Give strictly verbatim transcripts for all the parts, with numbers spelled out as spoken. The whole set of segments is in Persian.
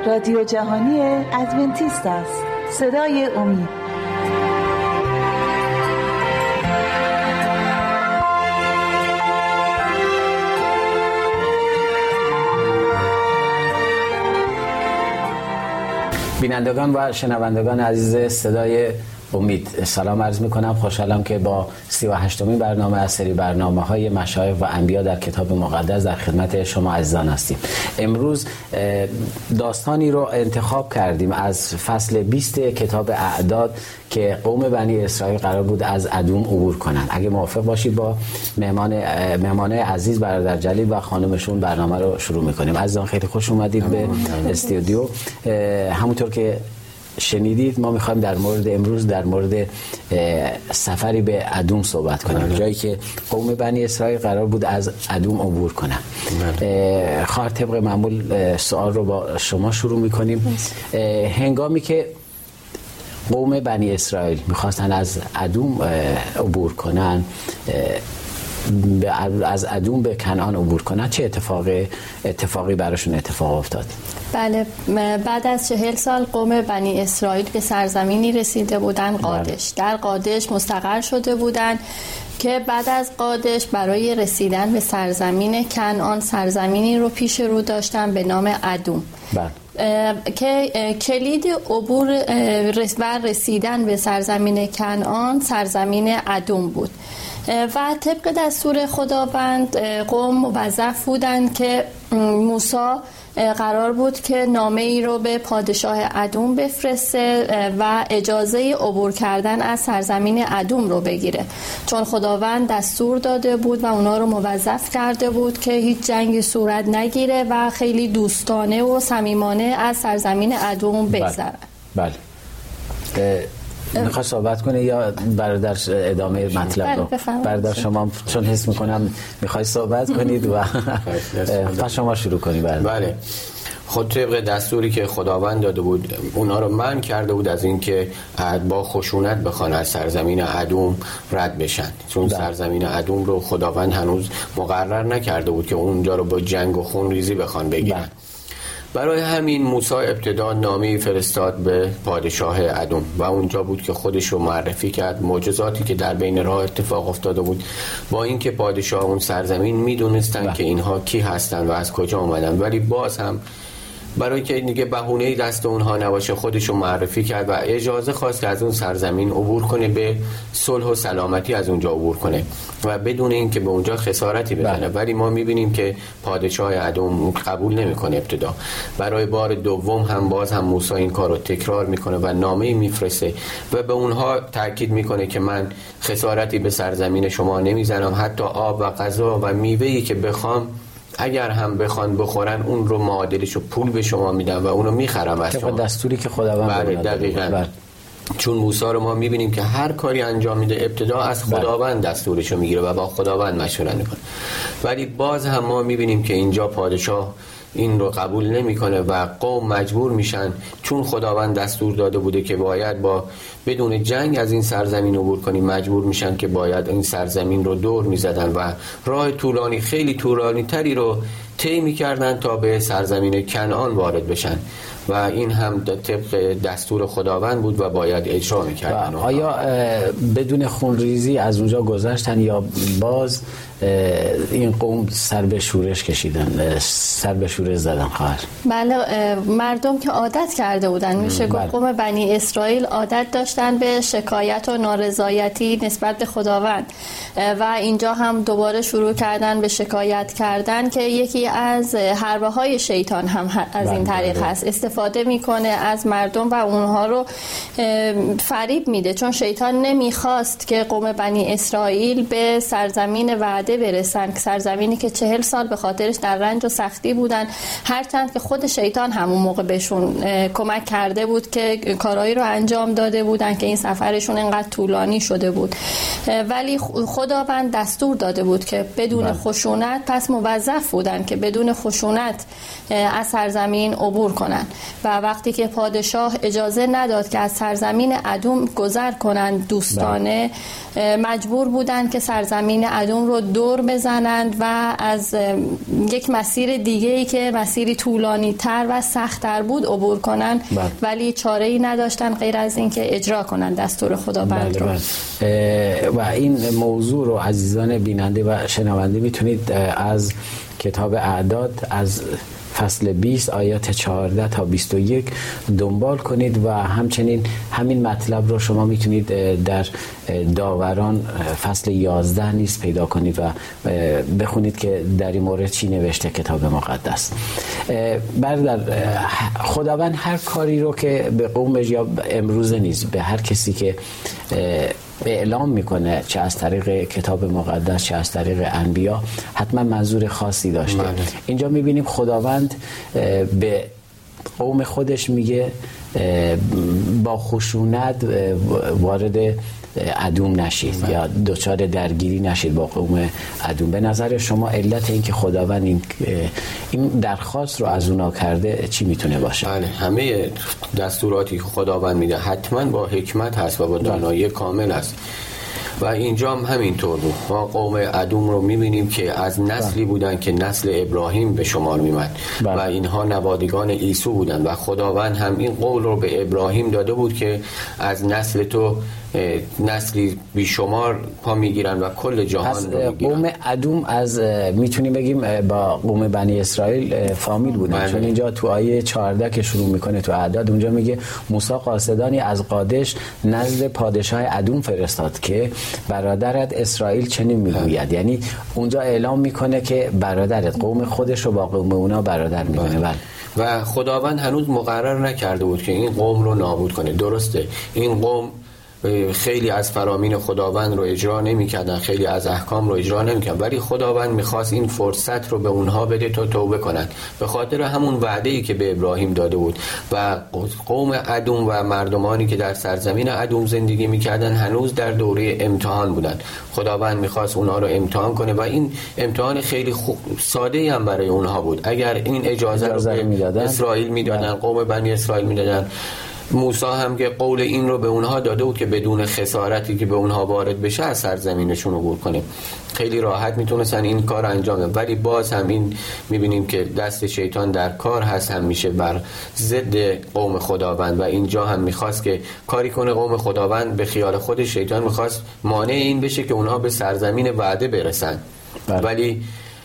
رادیو جهانی ادونتیست است. صدای امید. بینندگان و شنوندگان عزیز صدای امید، سلام عرض میکنم. خوشحالم که با سی و هشتمین برنامه از سری برنامه های مشایخ و انبیا در کتاب مقدس در خدمت شما عزیزان هستیم. امروز داستانی رو انتخاب کردیم از فصل بیست کتاب اعداد که قوم بنی اسرائیل قرار بود از ادوم عبور کنن. اگه موافق باشید با مهمان مهمانه عزیز برادر جلیل و خانمشون برنامه رو شروع میکنیم. عزیزان خیلی خوش اومدید به استودیو. همونطور که شنیدید ما میخوایم در مورد امروز در مورد سفری به ادوم صحبت کنیم، جایی که قوم بنی اسرائیل قرار بود از ادوم عبور کنن. خواهر طبق معمول سوال رو با شما شروع میکنیم. هنگامی که قوم بنی اسرائیل میخواستن از ادوم عبور کنن، از ادوم به کنعان عبور کنن، چه اتفاقی اتفاقی براشون اتفاق افتاد؟ بله، بعد از چهل سال قوم بنی اسرائیل به سرزمینی رسیده بودن قادش. در قادش مستقر شده بودن که بعد از قادش برای رسیدن به سرزمین کنعان سرزمینی رو پیش رو داشتن به نام ادوم. بله. که کلید عبور و رسیدن به سرزمین کنعان سرزمین ادوم بود و طبق دستور خداوند قوم موظف بودند که موسی قرار بود که نامه ای رو به پادشاه ادوم بفرسته و اجازه عبور کردن از سرزمین ادوم رو بگیره، چون خداوند دستور داده بود و اونا رو موظف کرده بود که هیچ جنگی صورت نگیره و خیلی دوستانه و صمیمانه از سرزمین ادوم بگذرن. بله. بله. میخواد صحبت کنه یا برادر ادامه مطلب رو؟ برادر شما چون حس میکنم میخوای صحبت کنید و پس شما شروع کنید. بله. بله. خود طبق دستوری که خداوند داده بود اونا رو منع کرده بود از این که با خشونت بخوان از سرزمین ادوم رد بشن، چون ده. سرزمین ادوم رو خداوند هنوز مقرر نکرده بود که اونجا رو با جنگ و خون ریزی بخوان بگیرن. ده. برای همین موسی ابتدا نامه فرستاد به پادشاه ادوم و اونجا بود که خودش رو معرفی کرد، معجزاتی که در بین راه اتفاق افتاده بود، با اینکه پادشاه اون سرزمین میدونستن که اینها کی هستن و از کجا اومدن، ولی باز هم برای که دیگه بهونه‌ای دست اونها نباشه خودش رو معرفی کرد و اجازه خواست که از اون سرزمین عبور کنه، به صلح و سلامتی از اونجا عبور کنه و بدون اینکه به اونجا خسارتی بزنه. ولی ما میبینیم که پادشاه ادوم قبول نمیکنه. ابتدا برای بار دوم هم باز هم موسی این کار رو تکرار میکنه و نامه‌ای میفرسته و به اونها تاکید میکنه که من خسارتی به سرزمین شما نمیزنم، حتی آب و غذا و میوه‌ای که بخوام اگر هم بخوان بخورن اون رو معادلشو پول به شما میدن و اونو میخرم از شما. دستوری که خداوند بله دقیقاً. چون موسی رو ما میبینیم که هر کاری انجام میده ابتدا از خداوند دستورشو میگیره و با خداوند مشوره میکنه، ولی باز هم ما میبینیم که اینجا پادشاه این رو قبول نمیکنه و قوم مجبور میشن، چون خداوند دستور داده بوده که باید با بدون جنگ از این سرزمین عبور کنیم، مجبور میشن که باید این سرزمین رو دور میزدن و راه طولانی خیلی طولانی تری رو طی میکردن تا به سرزمین کنعان وارد بشن و این هم طبق دستور خداوند بود و باید اجرا میکردن. آیا بدون خونریزی از اونجا گذشتن یا باز این قوم سر به شورش کشیدن، سر به شورش زدن؟ خواهر بله، مردم که عادت کرده بودن، میشه گفت قوم بنی اسرائیل عادت داشتن به شکایت و نارضایتی نسبت به خداوند و اینجا هم دوباره شروع کردن به شکایت کردن که یکی از حربه های شیطان هم از این طریق هست، استفاده میکنه از مردم و اونها رو فریب میده، چون شیطان نمیخواست که قوم بنی اسرائیل به سرزمین وعده برسن، سرزمینی که چهل سال به خاطرش در رنج و سختی بودن، هرچند که خود شیطان همون موقع بهشون کمک کرده بود که کارهایی رو انجام داده بودن بودن که این سفرشون انقدر طولانی شده بود، ولی خداوند دستور داده بود که بدون بله. خشونت، پس موظف بودن که بدون خشونت از سرزمین عبور کنن و وقتی که پادشاه اجازه نداد که از سرزمین ادوم گذر کنن دوستانه بله. مجبور بودن که سرزمین ادوم رو دور بزنند و از یک مسیر دیگه‌ای که مسیری طولانی تر و سخت‌تر بود عبور کنن بله. ولی چاره‌ای نداشتن غیر از اینکه اجرا کنن دستور خداوند بله رو بله. و این موضوع رو عزیزان بیننده و شنونده میتونید از کتاب اعداد از فصل بیست آیات چهارده تا بیست و یک دنبال کنید و همچنین همین مطلب رو شما میتونید در داوران فصل یازده نیز پیدا کنید و بخونید که در این مورد چی نوشته کتاب مقدس. برادر، خداوند هر کاری رو که به قومش یا امروزه نیست به هر کسی که اعلام میکنه، چه از طریق کتاب مقدس چه از طریق انبیا، حتما منظور خاصی داشته. ماله. اینجا میبینیم خداوند به قوم خودش میگه با خشونت وارد ادوم نشید ماله. یا دچار درگیری نشید با قوم ادوم. به نظر شما علت این که خداوند این این درخواست رو از اونا کرده چی میتونه باشه؟ بله، همه دستوراتی که خداوند میده حتما با حکمت هست و با دانایی کامل است و اینجا هم همینطور بود. ما قوم ادوم رو میبینیم که از نسلی بودن که نسل ابراهیم به شمار میمد و اینها نوادگان عیسی بودن و خداوند هم این قول رو به ابراهیم داده بود که از نسل تو نسلی بیشمار پا میگیرن و کل جهان رو میگیرن. قوم ادوم از میتونیم بگیم با قوم بنی اسرائیل فامیل بودن بله. چون اینجا تو آیه چهارده که شروع میکنه تو اعداد اونجا میگه موسی قاصدانی از قادش نزد پادشاه ادوم فرستاد که برادرت اسرائیل چنین میگوید. یعنی اونجا اعلام میکنه که برادرت، قوم خودش رو با قوم اونا برادر میکنه بله. و خداوند هنوز مقرر نکرده بود که این قوم رو نابود کنه. درسته این قوم خیلی از فرامین خداوند رو اجرا نمی‌کردن، خیلی از احکام رو اجرا نمی‌کردن، ولی خداوند می‌خواست این فرصت رو به اونها بده تا توبه کنن، به خاطر همون وعده‌ای که به ابراهیم داده بود. و قوم ادوم و مردمانی که در سرزمین ادوم زندگی می‌کردن هنوز در دوره امتحان بودن. خداوند می‌خواست اونها رو امتحان کنه و این امتحان خیلی ساده‌ای هم برای اونها بود. اگر این اجازه, اجازه رو به اسرائیل می‌دادن، قوم بنی اسرائیل می‌دادن، موسی هم که قول این رو به اونها داده بود که بدون خسارتی که به اونها وارد بشه از سرزمینشون عبور کنه، خیلی راحت میتونستن این کار انجام بدن. ولی باز هم این میبینیم که دست شیطان در کار هست، هم میشه بر ضد قوم خداوند و اینجا هم میخواست که کاری کنه قوم خداوند. به خیال خود شیطان میخواست مانع این بشه که اونها به سرزمین وعده برسن بله. ولی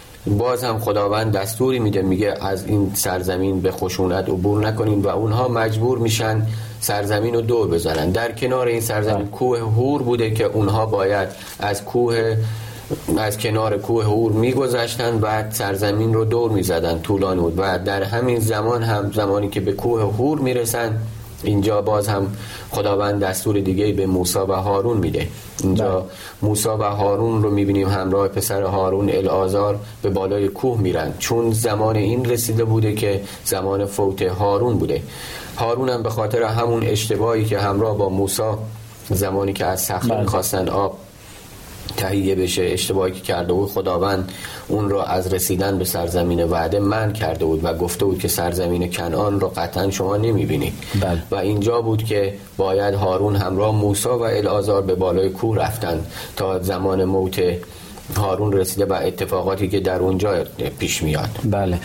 باز هم خداوند دستوری میده، میگه از این سرزمین به خشونت عبور نکنین و اونها مجبور میشن سرزمین رو دور بزنن. در کنار این سرزمین کوه هور بوده که اونها باید از کوه از کنار کوه هور میگذشتن و سرزمین رو دور میزدن. طولانی بود و در همین زمان هم زمانی که به کوه هور میرسن اینجا باز هم خداوند دستور دیگه به موسی و هارون میده. اینجا موسی و هارون رو میبینیم همراه پسر هارون العازار به بالای کوه میرن، چون زمان این رسیده بوده که زمان فوت هارون بوده. هارون هم به خاطر همون اشتباهی که همراه با موسی زمانی که از صخره میخواستن آب تهیه بشه، اشتباهی که کرده بود، خداوند اون رو از رسیدن به سرزمین وعده منع کرده بود و گفته بود که سرزمین کنعان رو قطعا شما نمیبینید بل. و اینجا بود که باید هارون همراه موسی و العازار به بالای کوه رفتن تا زمان موت هارون رسیده و اتفاقاتی که در اونجا پیش میاد. بله.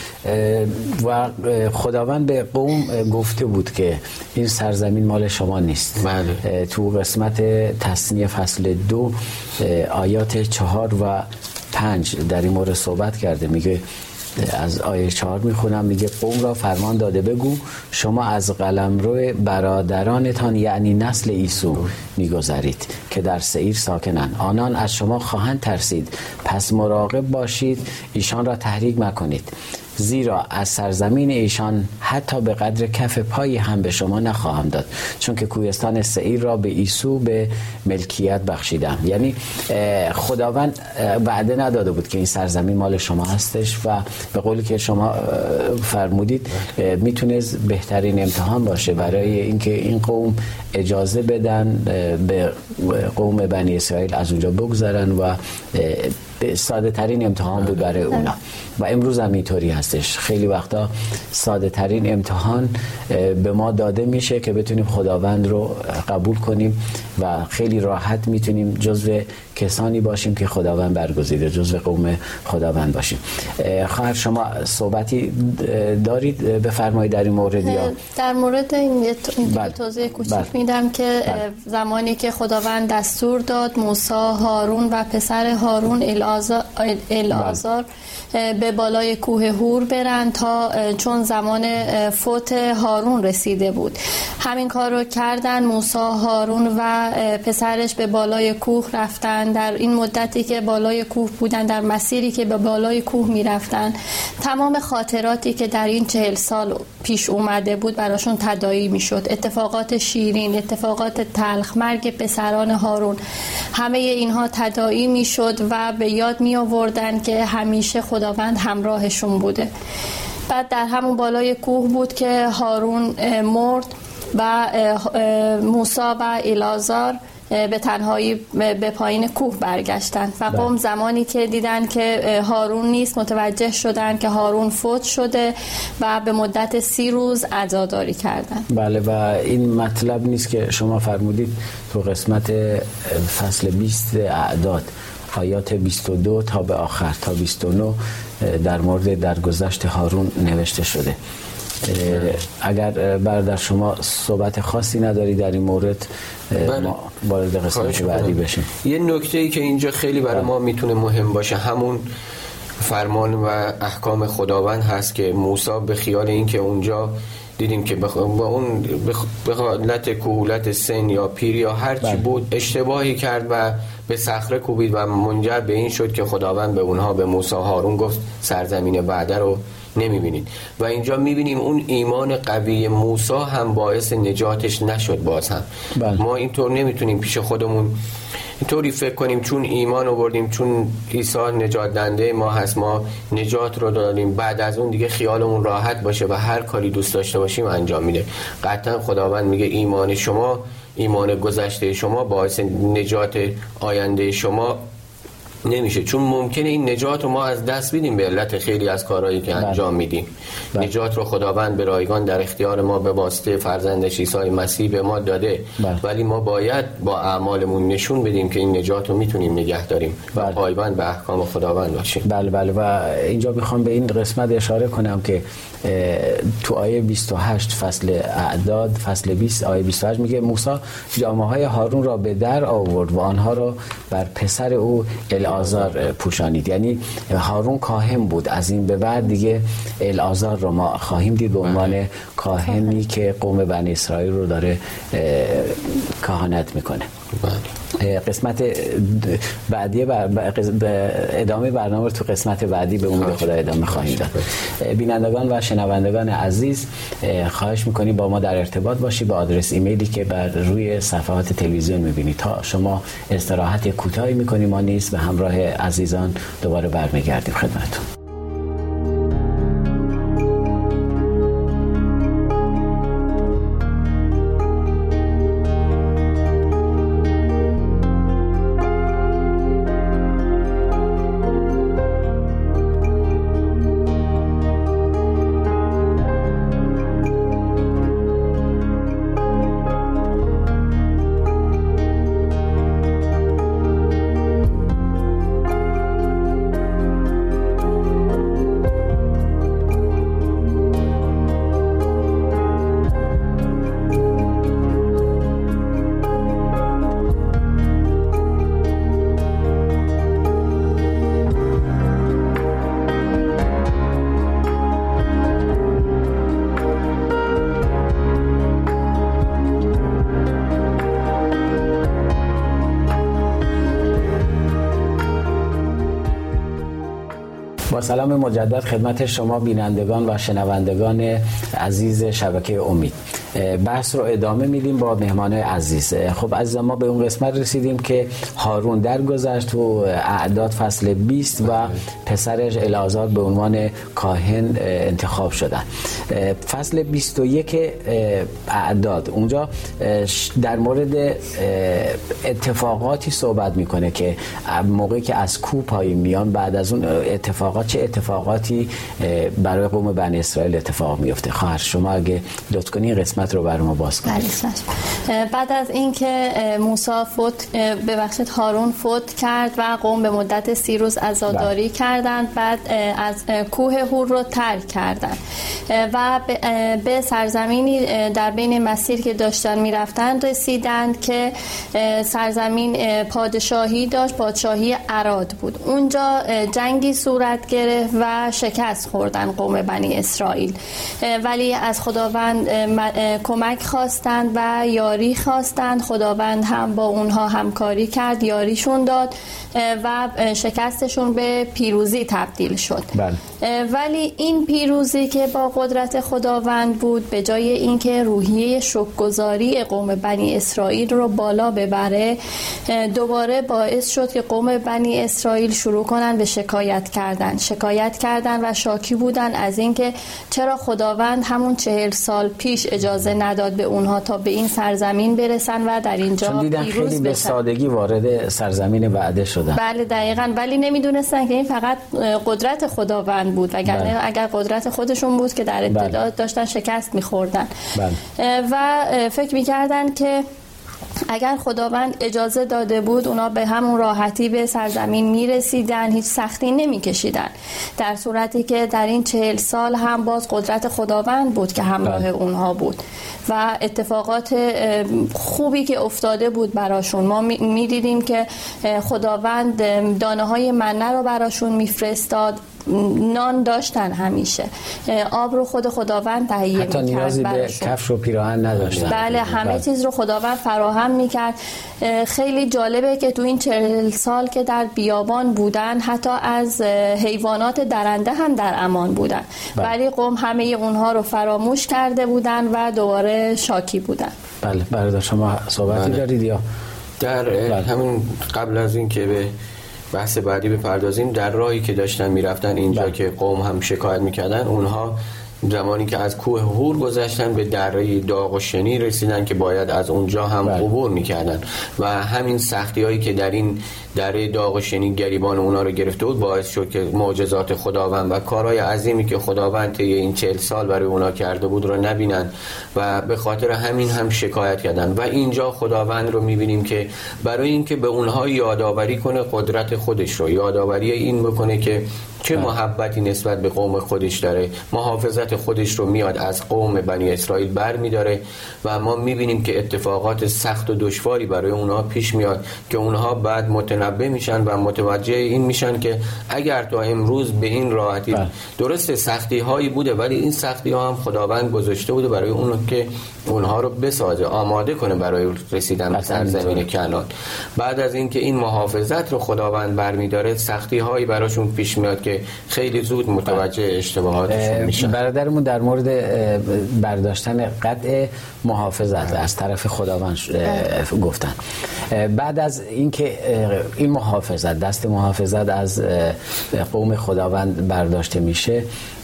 و خداوند به قوم گفته بود که این سرزمین مال شما نیست. بله. تو قسمت تثنیه فصل دو آیات چهار و پنج در این مورد صحبت کرده. میگه از آیه چهار میخونم، میگه قوم را فرمان داده بگو شما از قلمرو برادرانتان یعنی نسل عیسی میگذرید که در سعیر ساکنند، آنان از شما خواهند ترسید، پس مراقب باشید ایشان را تحریک مکنید. زیرا از سرزمین ایشان حتی به قدر کف پایی هم به شما نخواهم داد، چون که کوهستان سعیر را به عیسو به ملکیت بخشیدم. یعنی خداوند وعده نداده بود که این سرزمین مال شما هستش و به قولی که شما فرمودید میتونه بهترین امتحان باشه برای اینکه این قوم اجازه بدن به قوم بنی اسرائیل از اونجا بگذرن و ساده ترین امتحان بود برای اونا و امروز هم اینطوری هستش. خیلی وقتا ساده ترین امتحان به ما داده میشه که بتونیم خداوند رو قبول کنیم و خیلی راحت میتونیم جزو کسانی باشیم که خداوند برگزیده، جزو قوم خداوند باشیم. خواهر شما صحبتی دارید بفرمایید در این مورد؟ یا در مورد این توضیح کوچیک میدم که بل. زمانی که خداوند دستور داد موسی، هارون و پسر هارون العازر به بالای کوه هور برن تا چون زمان فوت هارون رسیده بود، همین کار رو کردن. موسی، هارون و پسرش به بالای کوه رفتن. در این مدتی که بالای کوه بودن، در مسیری که به بالای کوه می رفتن، تمام خاطراتی که در این چهل سال پیش اومده بود براشون تداعی می شد. اتفاقات شیرین، اتفاقات تلخ، مرگ پسران هارون، همه اینها تداعی می شد و به یاد می آوردن که همیشه خداوند همراهشون بوده. بعد در همون بالای کوه بود که هارون مرد و موسی و العازر به تنهایی به پایین کوه برگشتن و قوم زمانی که دیدن که هارون نیست متوجه شدن که هارون فوت شده و به مدت سی روز عزاداری کردن. بله و این مطلب نیست که شما فرمودید تو قسمت فصل بیست اعداد آیات بیست و دو تا به آخر تا بیست و نه در مورد درگذشت هارون نوشته شده. اگر برادر شما صحبت خاصی نداری در این مورد ما وارد قسمت بعدی بشیم. یه نکته‌ای که اینجا خیلی برای ما میتونه مهم باشه همون فرمان و احکام خداوند هست که موسی به خیال این که اونجا دیدیم که با اون به حالت کهولت سن یا پیر یا هر چی بود اشتباهی کرد و به صخره کوبید و منجر به این شد که خداوند به اونها به موسی هارون گفت سرزمین وعده رو نمیبینید و اینجا میبینیم اون ایمان قوی موسی هم باعث نجاتش نشد. باز هم بله. ما اینطور نمیتونیم پیش خودمون اینطوری فکر کنیم چون ایمان آوردیم، چون عیسی نجات دهنده ما هست، ما نجات رو داریم، بعد از اون دیگه خیالمون راحت باشه و هر کاری دوست داشته باشیم انجام میده. قطعا خداوند میگه ایمان شما، ایمان گذشته شما باعث نجات آینده شما نمیشه، چون ممکنه این نجات رو ما از دست بدیم به علت خیلی از کارهایی که انجام میدیم. بله. نجات رو خداوند به رایگان در اختیار ما به واسطه فرزندش عیسی مسیح به ما داده. بله. ولی ما باید با اعمالمون نشون بدیم که این نجات رو میتونیم نگه داریم. بله. و پایبند به احکام خداوند باشیم. بله بله و اینجا میخوام به این قسمت اشاره کنم که تو آیه بیست و هشت فصل اعداد فصل بیست آیه بیست و هشت میگه موسی جامه‌های هارون را به در آورد و آنها را بر پسر او العازر پوشانید. یعنی هارون کاهن بود، از این به بعد دیگه العازر رو ما خواهیم دید به عنوان کاهنی که قوم بنی اسرائیل رو داره کهانت میکنه. قسمت بعدی بر... ادامه برنامه رو تو قسمت بعدی به امید خدا ادامه خواهیم داد. بینندگان و شنوندگان عزیز خواهش میکنیم با ما در ارتباط باشی به آدرس ایمیلی که بر روی صفحات تلویزیون میبینید. تا شما استراحت کوتاهی میکنیم ما نیز به همراه عزیزان دوباره برمیگردیم خدمتتون. با سلام مجدد خدمت شما بینندگان و شنوندگان عزیز شبکه امید. بحث رو ادامه میدیم با مهمانای عزیز. خب عزیزان، ما به اون قسمت رسیدیم که هارون درگذشت تو اعداد فصل بیست و پسرش العازار به عنوان کاهن انتخاب شدن. فصل بیست و یک اعداد اونجا در مورد اتفاقاتی صحبت میکنه که موقعی که از کوه پایین میان، بعد از اون اتفاقات چه اتفاقاتی برای قوم بنی اسرائیل اتفاق میفته. خواهر شما اگه لطف کنین قسمت رو برای ما باز کنید. بعد از اینکه موسی فوت ببخشید هارون فوت کرد و قوم به مدت سی روز عزاداری کردند، بعد از کوه هور رو ترک کردند و به سرزمینی در بین مسیر که داشتن میرفتن رسیدند که سرزمین پادشاهی داشت، پادشاهی عراد بود. اونجا جنگی صورت گرفت و شکست خوردن قوم بنی اسرائیل، ولی از خداوند کمک خواستند و یاری خواستند. خداوند هم با اونها همکاری کرد، یاریشون داد و شکستشون به پیروزی تبدیل شد. بله. ولی این پیروزی که با قدرت خداوند بود، به جای اینکه روحیه شکرگزاری قوم بنی اسرائیل رو بالا ببره، دوباره باعث شد که قوم بنی اسرائیل شروع کنن به شکایت کردن شکایت کردن و شاکی بودن از اینکه چرا خداوند همون چهل سال پیش اجازه نداد به اونها تا به این سرزمین برسن و در اینجا چون دیدن خیلی به سادگی وارد سرزمین وعده شدن. بله دقیقاً، ولی نمیدونستن که این فقط قدرت خداوند بود، وگرنه بله. اگر قدرت خودشون بود که در ابتدا بله. داشتن شکست می‌خوردن بله. و فکر می‌کردن که اگر خداوند اجازه داده بود اونا به همون راحتی به سرزمین میرسیدن، هیچ سختی نمیکشیدن، در صورتی که در این چهل سال هم باز قدرت خداوند بود که همراه بله. اونها بود و اتفاقات خوبی که افتاده بود براشون. ما میدیدیم که خداوند دانه های منه رو براشون میفرستاد، نان داشتن، همیشه آب رو خود خداوند تهیه می‌کرد، حتی نیازی به کفش و پیراهن نداشتن. بله، همه بله. چیز رو خداوند فراهم می‌کرد. خیلی جالبه که تو این چهل سال که در بیابان بودن، حتی از حیوانات درنده هم در امان بودن، بله. ولی قوم همه اونها رو فراموش کرده بودن و دوباره شاکی بودن. بله، برادر شما صحبتی بله. دارید یا در بله. همین قبل از این که به بحث بعدی بپردازیم، در راهی که داشتن میرفتن اینجا بله. که قوم هم شکایت میکردن، اونها زمانی که از کوه هور گذشتن به دره داغ و شنی رسیدن که باید از اونجا هم بله. عبور میکردن و همین سختی هایی که در این دره داغ و شنی گریبان اونا رو گرفته بود باعث شد که معجزات خداوند و کارهای عظیمی که خداوند طی این چهل سال برای اونا کرده بود رو نبینن و به خاطر همین هم شکایت کردن. و اینجا خداوند رو میبینیم که برای اینکه به اونها یادآوری کنه قدرت خودش رو، یادآوری این بکنه که چه محبتی نسبت به قوم خودش داره، محافظت خودش رو میاد از قوم بنی اسرائیل بر میداره و ما میبینیم که اتفاقات سخت و دشواری برای اونها پیش میاد که اونها بعد متنبه میشن و متوجه این میشن که اگر تا امروز به این راحتی بله. درست سختی هایی بوده، ولی این سختی ها هم خداوند گذاشته بوده برای اونها که اونها رو بسازه، آماده کنه برای رسیدن به سرزمین کنعان. بعد از اینکه این محافظت رو خداوند برمیداره، سختی هایی براشون پیش میاد که خیلی زود متوجه اشتباهاتشون میشن. برادرمون در مورد برداشتن قطع محافظت از طرف خداوند گفتن. بعد از اینکه این محافظت، دست محافظت از قوم خداوند برداشته میشه،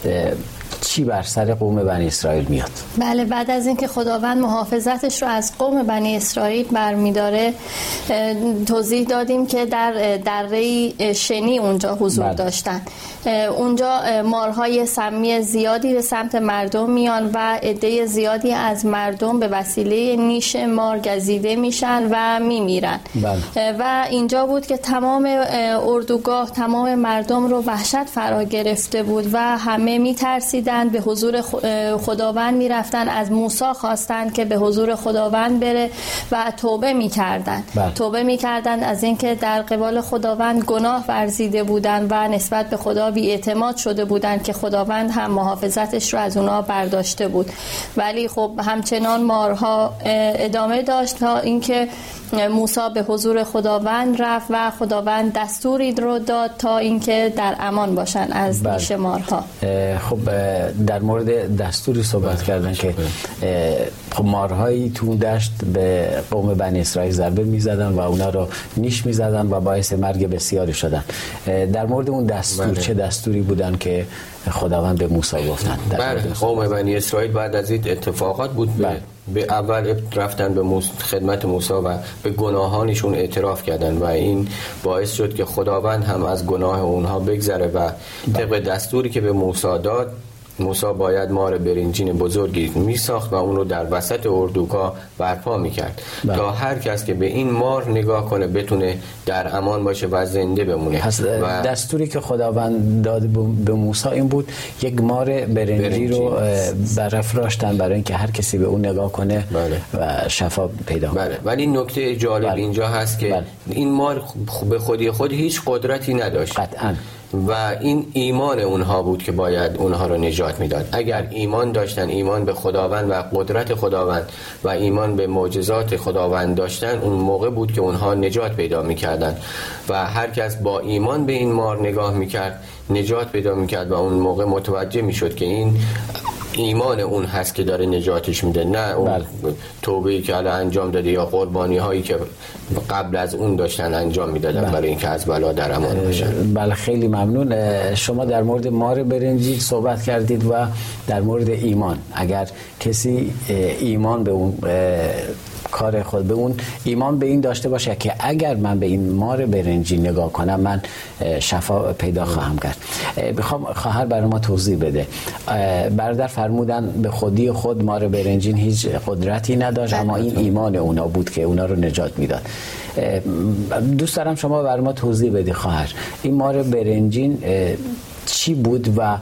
چی بر سر قوم بنی اسرائیل میاد؟ بله، بعد از اینکه خداوند محافظتش رو از قوم بنی اسرائیل برمیداره، توضیح دادیم که در دره شنی اونجا حضور بله. داشتن. اونجا مارهای سمی زیادی به سمت مردم میان و عده زیادی از مردم به وسیله نیش مار گزیده میشن و میمیرن بله. و اینجا بود که تمام اردوگاه، تمام مردم رو وحشت فرا گرفته بود و همه میترسیدن میرفتن به حضور خداوند میرفتن، از موسی خواستن که به حضور خداوند بره و توبه میکردن بله. توبه میکردن از اینکه در قبال خداوند گناه ورزیده بودن و نسبت به خدا بی‌اعتماد شده بودن که خداوند هم محافظتش رو از اونها برداشته بود. ولی خب همچنان مارها ادامه داشت تا اینکه موسی به حضور خداوند رفت و خداوند دستوری رو داد تا اینکه در امان باشن از نیش مارها. خب در مورد دستوری صحبت کردن که خب مارهایی تو دشت به قوم بنی اسرائیل ضربه میزدن و اونا رو نیش میزدن و باعث مرگ بسیاری شدن. در مورد اون دستور بله. چه دستوری بودن که خداوند به موسی گفتن؟ بله قوم بنی اسرائیل بعد از این اتفاقات بود بله. به اول رفتن به موس... خدمت موسی و به گناهانشون اعتراف کردن و این باعث شد که خداوند هم از گناه اونها بگذره و طبق دستوری که به موسی داد موسی باید مار برنجین بزرگی میساخت و اون رو در وسط اردوگاه برپا میکرد بله. تا هر کس که به این مار نگاه کنه بتونه در امان باشه و زنده بمونه. پس و دستوری که خداوند داد به موسی این بود یک مار برنجی, برنجی. رو برافراشتن برای اینکه هر کسی به اون نگاه کنه بله. و شفا پیدا کنه. بله. ولی نکته جالب بله. اینجا هست که بله. این مار به خودی خود هیچ قدرتی نداشت قطعاً و این ایمان اونها بود که باید اونها رو نجات میداد. اگر ایمان داشتن، ایمان به خداوند و قدرت خداوند و ایمان به معجزات خداوند داشتن، اون موقع بود که اونها نجات پیدا میکردن و هر کس با ایمان به این مار نگاه میکرد نجات پیدا میکرد و اون موقع متوجه میشد که این ایمان اون هست که داره نجاتش میده، نه اون بله. توبه‌ای که الان انجام داده یا قربانی هایی که قبل از اون داشتن انجام میدادن بله. برای اینکه از بلا در امان باشن. بله خیلی ممنون. شما در مورد مار برنجی صحبت کردید و در مورد ایمان، اگر کسی ایمان به اون کار خود به اون ایمان به این داشته باشه که اگر من به این مار برنجی نگاه کنم من شفا پیدا خواهم کرد. میخوام خواهر برای ما توضیح بده. برادر فرمودن به خودی خود مار برنجین هیچ قدرتی نداشت اما این ایمان اونا بود که اونا رو نجات میداد. دوست دارم شما برای ما توضیح بدی خواهر این مار برنجین چی بود و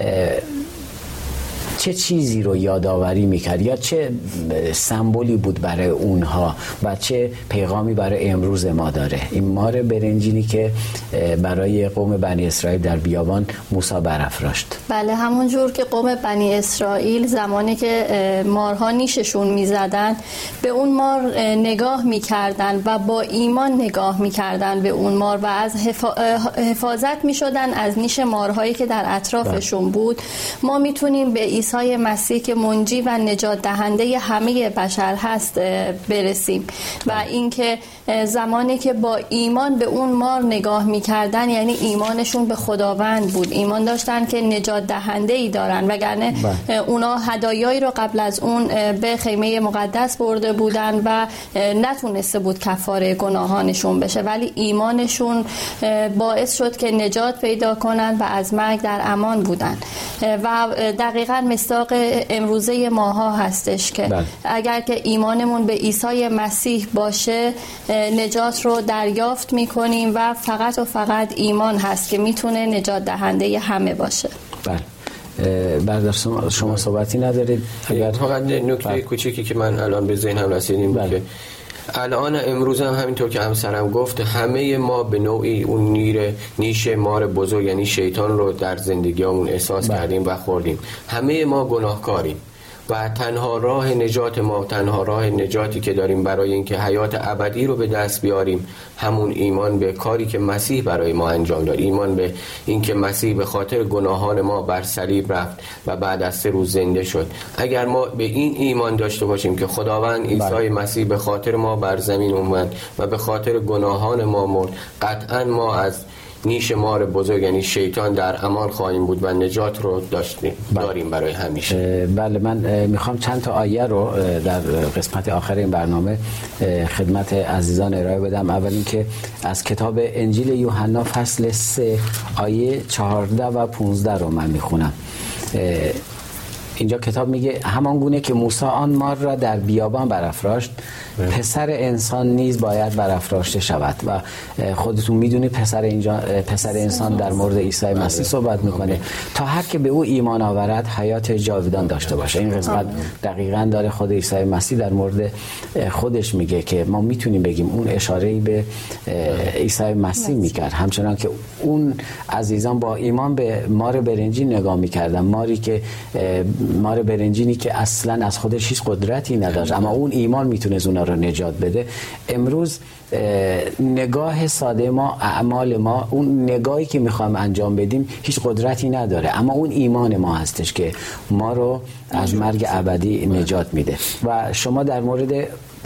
چه چیزی رو یادآوری میکرد یا چه سمبولی بود برای اونها و چه پیغامی برای امروز ما داره این مار برنجینی که برای قوم بنی اسرائیل در بیابان موسی برافراشت؟ بله همون جور که قوم بنی اسرائیل زمانی که مارها نیششون میزدن به اون مار نگاه میکردن و با ایمان نگاه میکردن به اون مار و از حفاظت میشدن از نیش مارهایی که در اطرافشون بود. ما میتونیم به عیسی مسیح که منجی و نجات دهنده همه بشر هست برسیم و اینکه زمانی که با ایمان به اون مار نگاه میکردن یعنی ایمانشون به خداوند بود، ایمان داشتن که نجات دهنده ای دارن وگرنه اونا هدایایی رو قبل از اون به خیمه مقدس برده بودن و نتونسته بود کفاره گناهانشون بشه، ولی ایمانشون باعث شد که نجات پیدا کنن و از مرگ در امان بودن و دقیقاً مصداق امروزه ماها هستش که بله. اگر که ایمانمون به عیسی مسیح باشه نجات رو دریافت میکنیم و فقط و فقط ایمان هست که میتونه نجات دهنده همه باشه. بله. بعد شما, شما صحبتی ندارید؟ اگر فقط نکته کوچیکی که من الان به ذهنم رسید این بود که الان امروز هم همینطور که همسرم گفت همه ما به نوعی اون نیر نیش مار بزرگ یعنی شیطان رو در زندگیامون احساس بله. کردیم و خوردیم. همه ما گناهکاریم و تنها راه نجات ما، تنها راه نجاتی که داریم برای اینکه حیات ابدی رو به دست بیاریم همون ایمان به کاری که مسیح برای ما انجام داد، ایمان به اینکه مسیح به خاطر گناهان ما بر صلیب رفت و بعد از سه روز زنده شد. اگر ما به این ایمان داشته باشیم که خداوند عیسی مسیح به خاطر ما بر زمین اومد و به خاطر گناهان ما مرد، قطعا ما از نیش مار بزرگ یعنی شیطان در امان خواهیم بود و نجات رو داشتیم داریم برای همیشه. بله من میخوام چند تا آیه رو در قسمت آخر این برنامه خدمت عزیزان ارائه بدم. اول اینکه از کتاب انجیل یوحنا فصل سه آیه چهارده و پانزده رو من میخونم. اینجا کتاب میگه همان گونه که موسی آن مار را در بیابان برافراشت، پسر انسان نیز باید برافراشته شود. و خودتون میدونید پسر اینجا پسر انسان در مورد عیسی مسیح صحبت میکنه تا هر که به او ایمان آورد حیات جاودان داشته باشه. این قسمت دقیقاً داره خود عیسی مسیح در مورد خودش میگه که ما میتونیم بگیم اون اشاره‌ای به عیسی مسیح میکرد، همچنان که اون عزیزان با ایمان به مار برنجی نگاه میکردن، ماری که مار برنجینی که اصلا از خودش هیچ قدرتی نداشت، اما اون ایمان میتونست اونا رو نجات بده. امروز نگاه ساده ما، اعمال ما، اون نگاهی که میخوام انجام بدیم هیچ قدرتی نداره، اما اون ایمان ما هستش که ما رو از مرگ ابدی نجات میده. و شما در مورد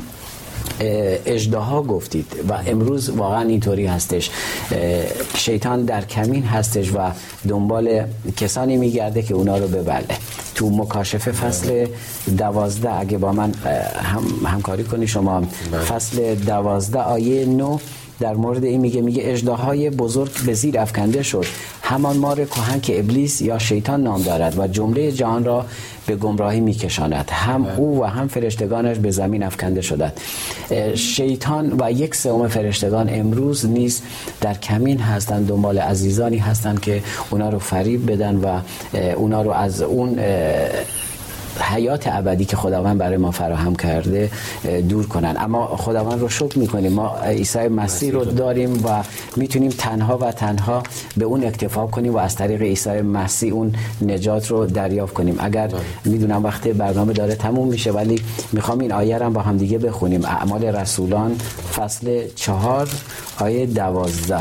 اژدها گفتید و امروز واقعا اینطوری هستش، شیطان در کمین هستش و دنبال کسانی میگرده که اونا رو ببله. تو مکاشفه فصل دوازده اگه با من هم همکاری کنی شما، فصل دوازده آیه نه در مورد این میگه میگه اژدهای بزرگ به زیر افکنده شد، همان مار کهن که ابلیس یا شیطان نام دارد و جمله جهان را به گمراهی میکشاند، هم او و هم فرشتگانش به زمین افکنده شدند. شیطان و یک سوم فرشتگان امروز نیز در کمین هستند، دنبال عزیزانی هستند که اونا رو فریب بدن و اونا رو از اون حیات ابدی که خداوند برای ما فراهم کرده دور کنن. اما خداوند رو شکر میکنیم، ما عیسی مسیح رو داریم و میتونیم تنها و تنها به اون اکتفا کنیم و از طریق عیسی مسیح اون نجات رو دریافت کنیم. اگر میدونم وقت برنامه داره تموم میشه، ولی میخوام این آیه رو با هم دیگه بخونیم. اعمال رسولان فصل چهار آیه دوازده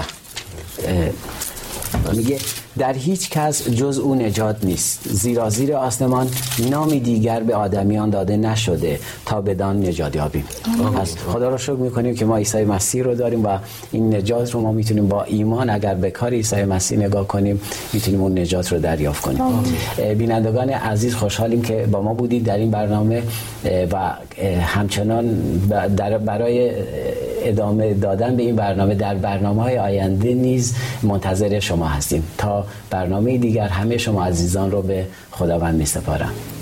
میگه در هیچ کس جز او نجات نیست، زیرا زیر آسمان نامی دیگر به آدمیان داده نشده تا بدان نجات یابیم. پس خدا رو شکر میکنیم که ما عیسی مسیح رو داریم و این نجات رو ما میتونیم با ایمان اگر به کار عیسی مسیح نگاه کنیم میتونیم اون نجات رو دریافت کنیم. بینندگان عزیز خوشحالیم که با ما بودید در این برنامه و همچنان در برای ادامه دادن به این برنامه در برنامه‌های آینده نیز منتظر شما هستیم. تا برنامه دیگر همه شما عزیزان رو به خداوند می‌سپارم.